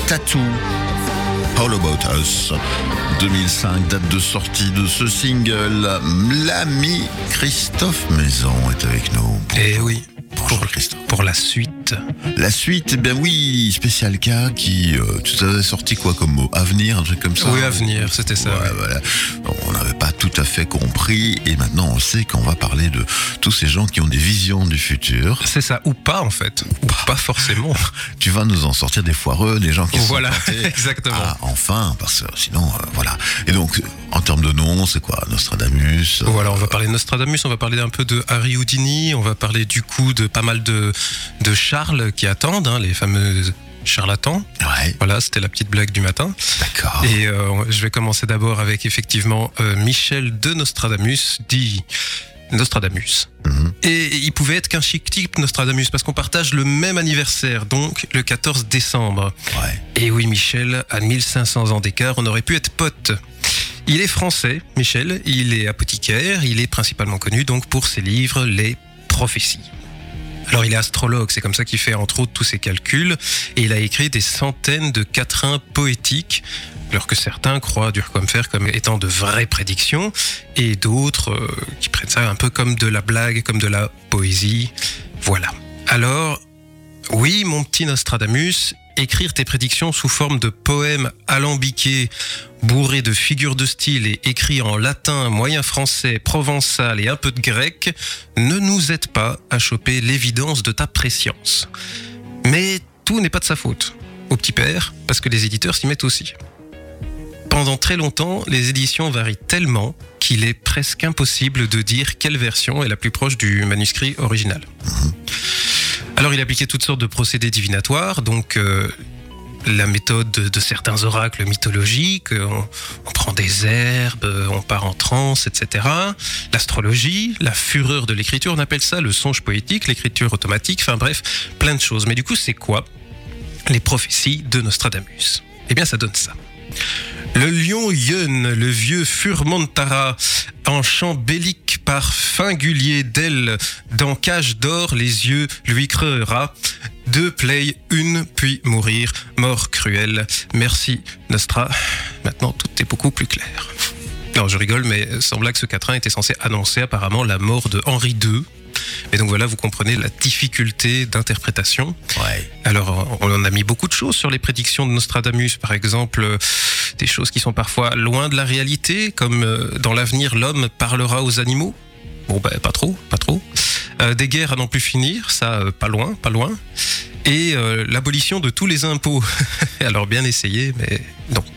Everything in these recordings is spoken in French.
Tattoo, All About Us. 2005, date de sortie de ce single. L'ami Christophe Maison est avec nous. Et oui, Bonjour Christophe. pour la suite. La suite, eh bien oui, Spécial K qui, tu avais sorti quoi comme mot? Avenir, un truc comme ça? Oui, Avenir, c'était ça. Ouais, voilà. On n'avait pas tout à fait compris et maintenant on sait qu'on va parler de tous ces gens qui ont des visions du futur. C'est ça, ou pas en fait, ou pas forcément. Tu vas nous en sortir des foireux, des gens qui Voilà, sont tentés. exactement. Ah, enfin, parce que sinon, voilà. Et donc, en termes de nom, c'est quoi? Nostradamus? Voilà, on va parler de Nostradamus, on va parler un peu de Harry Houdini, on va parler du coup de pas mal de Charles qui attendent, hein, les fameux charlatans. Ouais, Voilà, c'était la petite blague du matin. d'accord. Et je vais commencer d'abord avec effectivement Michel de Nostradamus, dit Nostradamus. Mhm. Et il pouvait être qu'un chic type Nostradamus parce qu'on partage le même anniversaire, donc le 14 décembre. Ouais. Et oui, Michel, à 1500 ans d'écart, on aurait pu être potes. Il est français, Michel, il est apothicaire, il est principalement connu donc pour ses livres, les prophéties. Alors il est astrologue, c'est comme ça qu'il fait entre autres tous ses calculs, et il a écrit des centaines de quatrains poétiques, alors que certains croient dur comme fer comme étant de vraies prédictions, et d'autres qui prennent ça un peu comme de la blague, comme de la poésie. Voilà. Alors, oui, mon petit Nostradamus, écrire tes prédictions sous forme de poèmes alambiqués, bourrés de figures de style et écrits en latin, moyen français, provençal et un peu de grec, ne nous aide pas à choper l'évidence de ta prescience. Mais tout n'est pas de sa faute, au petit père, parce que les éditeurs s'y mettent aussi. Pendant très longtemps, les éditions varient tellement qu'il est presque impossible de dire quelle version est la plus proche du manuscrit original. Alors il appliquait toutes sortes de procédés divinatoires, donc la méthode de certains oracles mythologiques, on prend des herbes, on part en transe, etc. L'astrologie, la fureur de l'écriture, on appelle ça le songe poétique, l'écriture automatique, enfin bref, plein de choses. Mais du coup, c'est quoi les prophéties de Nostradamus? Eh bien, ça donne ça. Le lion Yun, le vieux Furmontara, en chant bellique par fingulier d'ailes, dans cage d'or les yeux lui creusera. Deux plaies, une, puis mourir, mort cruelle. Merci Nostra, maintenant tout est beaucoup plus clair. Non, je rigole, mais sans blague, ce quatrain était censé annoncer apparemment la mort de Henri II. Et donc voilà, vous comprenez la difficulté d'interprétation. Ouais. Alors, on a mis beaucoup de choses sur les prédictions de Nostradamus, par exemple, des choses qui sont parfois loin de la réalité, comme dans l'avenir, l'homme parlera aux animaux. Bon, ben, pas trop. Des guerres à n'en plus finir, ça, pas loin. Et l'abolition de tous les impôts. Alors, bien essayé, mais non.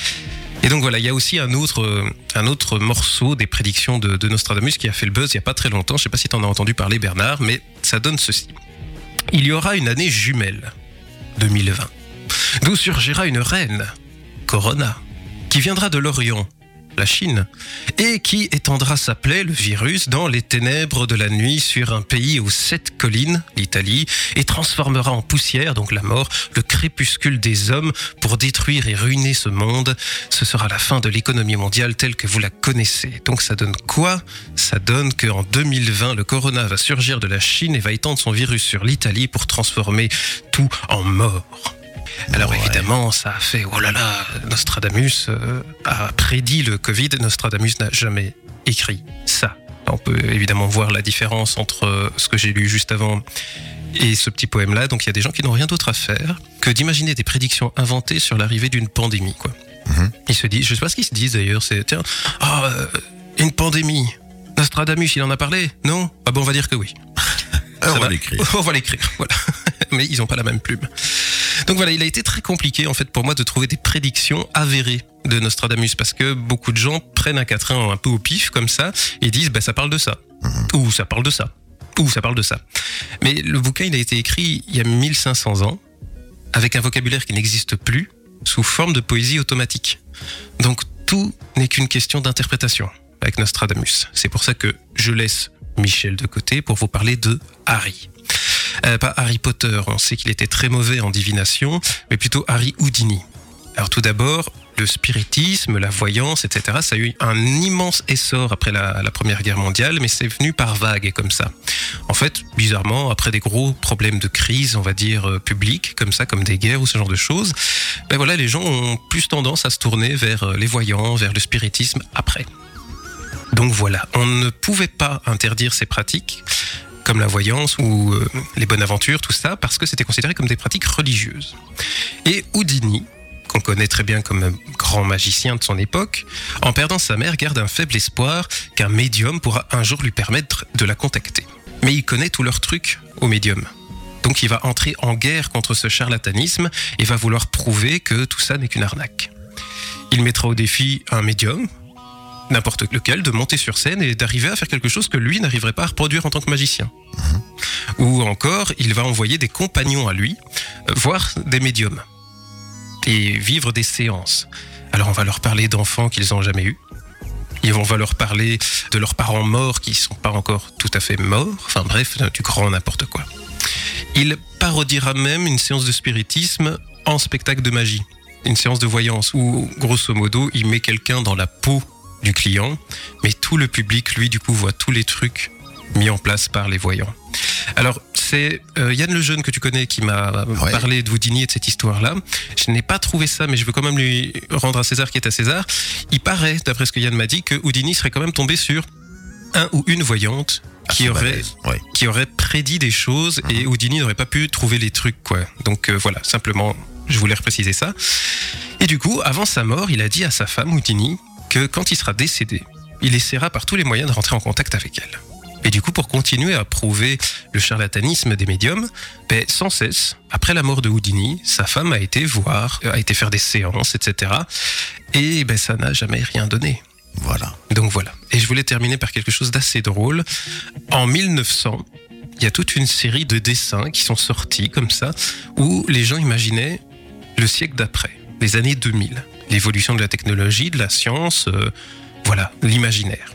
Et donc voilà, il y a aussi un autre morceau des prédictions de Nostradamus qui a fait le buzz il n'y a pas très longtemps. Je ne sais pas si tu en as entendu parler, Bernard, mais ça donne ceci. Il y aura une année jumelle, 2020, d'où surgira une reine, Corona, qui viendra de l'Orient, la Chine, et qui étendra sa plaie, le virus, dans les ténèbres de la nuit sur un pays aux 7 collines, l'Italie, et transformera en poussière, donc la mort, le crépuscule des hommes pour détruire et ruiner ce monde. Ce sera la fin de l'économie mondiale telle que vous la connaissez. Donc ça donne quoi? Ça donne qu'en 2020, le corona va surgir de la Chine et va étendre son virus sur l'Italie pour transformer tout en mort. Alors évidemment, ça a fait, oh là là, Nostradamus a prédit le Covid, Nostradamus n'a jamais écrit ça. On peut évidemment voir la différence entre ce que j'ai lu juste avant et ce petit poème-là. Donc il y a des gens qui n'ont rien d'autre à faire que d'imaginer des prédictions inventées sur l'arrivée d'une pandémie, quoi. Mm-hmm. Ils se disent, je sais pas ce qu'ils se disent d'ailleurs, c'est tiens, une pandémie. Nostradamus, il en a parlé? Non? Ah bon, on va dire que oui. On va l'écrire. On va l'écrire, voilà. Mais ils n'ont pas la même plume. Donc voilà, il a été très compliqué en fait pour moi de trouver des prédictions avérées de Nostradamus parce que beaucoup de gens prennent un quatrain un peu au pif comme ça et disent ça parle de ça, ou ça parle de ça, ou ça parle de ça. Mais le bouquin il a été écrit il y a 1500 ans avec un vocabulaire qui n'existe plus sous forme de poésie automatique. Donc tout n'est qu'une question d'interprétation avec Nostradamus. C'est pour ça que je laisse Michel de côté pour vous parler de Harry. Pas Harry Potter, on sait qu'il était très mauvais en divination, mais plutôt Harry Houdini. Alors tout d'abord, le spiritisme, la voyance, etc., ça a eu un immense essor après la Première Guerre mondiale, mais c'est venu par vagues comme ça. En fait, bizarrement, après des gros problèmes de crise, on va dire, publics, comme ça, comme des guerres ou ce genre de choses, ben voilà, les gens ont plus tendance à se tourner vers les voyants, vers le spiritisme après. Donc voilà, on ne pouvait pas interdire ces pratiques, comme la voyance ou les bonnes aventures, tout ça, parce que c'était considéré comme des pratiques religieuses. Et Houdini, qu'on connaît très bien comme un grand magicien de son époque, en perdant sa mère, garde un faible espoir qu'un médium pourra un jour lui permettre de la contacter. Mais il connaît tous leurs trucs au médium. Donc il va entrer en guerre contre ce charlatanisme et va vouloir prouver que tout ça n'est qu'une arnaque. Il mettra au défi un médium, n'importe lequel, de monter sur scène et d'arriver à faire quelque chose que lui n'arriverait pas à reproduire en tant que magicien. Ou encore, il va envoyer des compagnons à lui, voir des médiums et vivre des séances. Alors on va leur parler d'enfants qu'ils n'ont jamais eus. Et on va leur parler de leurs parents morts qui ne sont pas encore tout à fait morts. Enfin bref, du grand n'importe quoi. Il parodiera même une séance de spiritisme en spectacle de magie. Une séance de voyance où, grosso modo, il met quelqu'un dans la peau du client, mais tout le public, lui, du coup, voit tous les trucs mis en place par les voyants. Alors, c'est Yann Lejeune, que tu connais, qui m'a parlé de Houdini et de cette histoire-là. Je n'ai pas trouvé ça, mais je veux quand même lui rendre à César qui est à César. Il paraît, d'après ce que Yann m'a dit, que Houdini serait quand même tombé sur un ou une voyante qui aurait prédit des choses et Houdini n'aurait pas pu trouver les trucs, quoi. Donc voilà, simplement, je voulais repréciser ça. Et du coup, avant sa mort, il a dit à sa femme, Houdini, que quand il sera décédé, il essaiera par tous les moyens de rentrer en contact avec elle. Et du coup, pour continuer à prouver le charlatanisme des médiums, sans cesse, après la mort de Houdini, sa femme a été faire des séances, etc. Et ça n'a jamais rien donné. Voilà. Donc voilà. Et je voulais terminer par quelque chose d'assez drôle. En 1900, il y a toute une série de dessins qui sont sortis comme ça, où les gens imaginaient le siècle d'après, les années 2000. L'évolution de la technologie, de la science, l'imaginaire.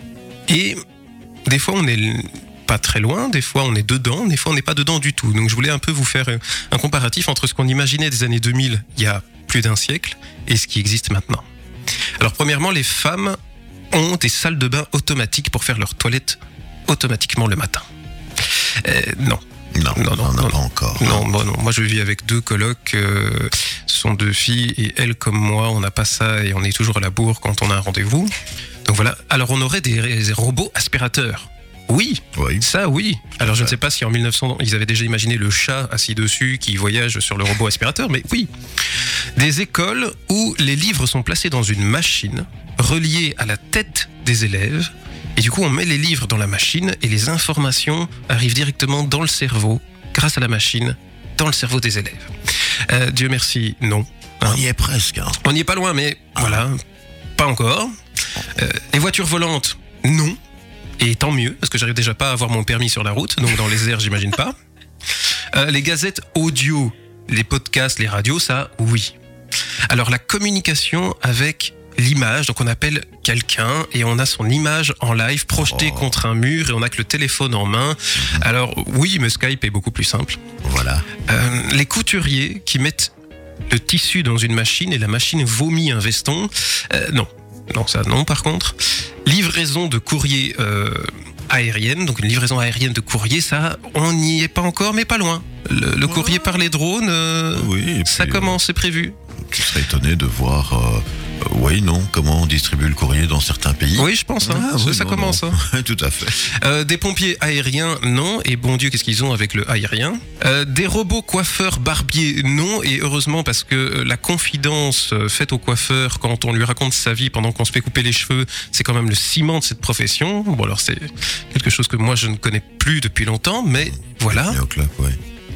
Et des fois, on n'est pas très loin, des fois, on est dedans, des fois, on n'est pas dedans du tout. Donc, je voulais un peu vous faire un comparatif entre ce qu'on imaginait des années 2000, il y a plus d'un siècle, et ce qui existe maintenant. Alors, premièrement, les femmes ont des salles de bain automatiques pour faire leur toilette automatiquement le matin. Non. Non, pas encore. Non. Moi, je vis avec 2 colocs. Ce sont 2 filles et elles, comme moi, on n'a pas ça et on est toujours à la bourre quand on a un rendez-vous. Donc voilà. Alors, on aurait des robots aspirateurs. Oui, ça oui. Alors, je ne sais pas si en 1900, ils avaient déjà imaginé le chat assis dessus qui voyage sur le robot aspirateur, mais oui. Des écoles où les livres sont placés dans une machine reliée à la tête des élèves. Et du coup, on met les livres dans la machine et les informations arrivent directement dans le cerveau, grâce à la machine, dans le cerveau des élèves. Dieu merci, non. On y est presque. On n'y est pas loin, mais voilà, pas encore. Les voitures volantes, non. Et tant mieux, parce que j'arrive déjà pas à avoir mon permis sur la route, donc dans les airs, j'imagine pas. Les gazettes audio, les podcasts, les radios, ça, oui. Alors, la communication avec l'image, donc on appelle quelqu'un et on a son image en live projetée contre un mur et on a que le téléphone en main. Alors oui, mais Skype est beaucoup plus simple. Voilà. Les couturiers qui mettent le tissu dans une machine et la machine vomit un veston. Non, ça non par contre. Livraison de courrier aérienne, donc une livraison aérienne de courrier, ça on n'y est pas encore mais pas loin. Le courrier par les drones, ça commence, c'est prévu. Tu serais étonné de voir... comment on distribue le courrier dans certains pays. Oui, je pense, ça commence. Hein. Tout à fait. Des pompiers aériens, non. Et bon Dieu, qu'est-ce qu'ils ont avec le aérien ? Des robots coiffeurs barbiers, non. Et heureusement, parce que la confidence faite au coiffeur quand on lui raconte sa vie pendant qu'on se fait couper les cheveux, c'est quand même le ciment de cette profession. Bon, alors c'est quelque chose que moi je ne connais plus depuis longtemps, mais voilà. Et au club, ouais.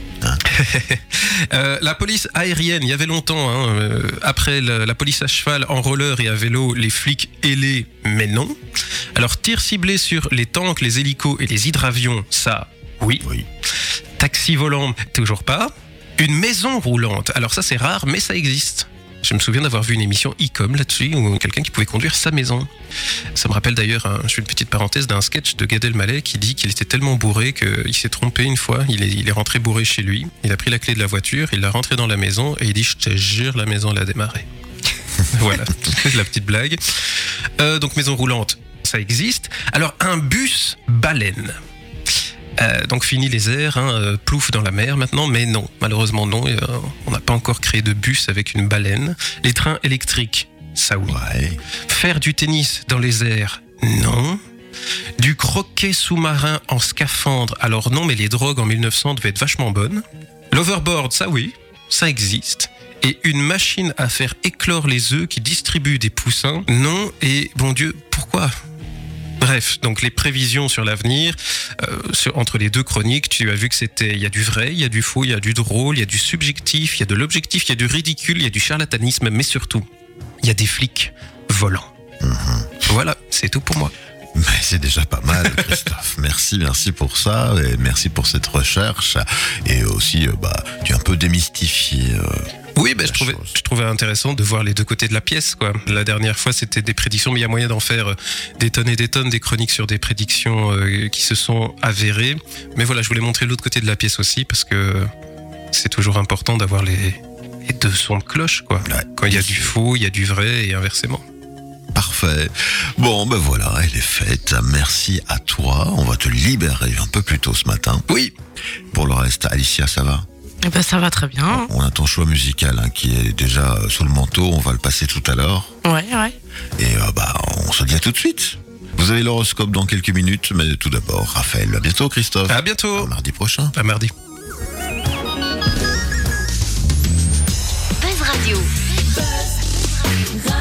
La police aérienne, il y avait longtemps, après la police à cheval, en roller et à vélo, les flics ailés, mais non. Alors tir ciblé sur les tanks, les hélicos et les hydravions, ça, oui. Taxi volant, toujours pas. Une maison roulante, alors ça c'est rare, mais ça existe. Je me souviens d'avoir vu une émission e-com là-dessus, où quelqu'un qui pouvait conduire sa maison. Ça me rappelle d'ailleurs, je fais une petite parenthèse, d'un sketch de Gad Elmaleh qui dit qu'il était tellement bourré qu'il s'est trompé une fois. Il est rentré bourré chez lui, il a pris la clé de la voiture, il l'a rentré dans la maison et il dit « Je te jure, la maison l'a démarré ». Voilà, la petite blague. Donc maison roulante, ça existe. Alors un bus baleine. Donc fini les airs, plouf dans la mer maintenant, mais non, malheureusement non, on n'a pas encore créé de bus avec une baleine. Les trains électriques, ça oui. Ouais. Faire du tennis dans les airs, non. Du croquet sous-marin en scaphandre, alors non, mais les drogues en 1900 devaient être vachement bonnes. L'overboard, ça oui, ça existe. Et une machine à faire éclore les œufs qui distribue des poussins, non, et bon Dieu, pourquoi ? Bref, donc les prévisions sur l'avenir, entre les deux chroniques, tu as vu que il y a du vrai, il y a du faux, il y a du drôle, il y a du subjectif, il y a de l'objectif, il y a du ridicule, il y a du charlatanisme, mais surtout, il y a des flics volants. Voilà, c'est tout pour moi. Mais c'est déjà pas mal, Christophe. Merci pour ça et merci pour cette recherche. Et aussi, tu as un peu démystifié. Oui, je trouvais intéressant de voir les deux côtés de la pièce, quoi. La dernière fois, c'était des prédictions, mais il y a moyen d'en faire des tonnes et des tonnes, des chroniques sur des prédictions qui se sont avérées. Mais voilà, je voulais montrer l'autre côté de la pièce aussi, parce que c'est toujours important d'avoir les deux sons de cloche, quoi. Ouais. Quand il y a du faux, il y a du vrai et inversement. Parfait. Bon, voilà, elle est faite. Merci à toi. On va te libérer un peu plus tôt ce matin. Oui. Pour le reste, Alicia, ça va ? Ça va très bien. On a ton choix musical qui est déjà sous le manteau. On va le passer tout à l'heure. Ouais. Et on se dit à tout de suite. Vous avez l'horoscope dans quelques minutes, mais tout d'abord, Raphaël. À bientôt, Christophe. À bientôt. À mardi prochain. À mardi. Buzz Radio.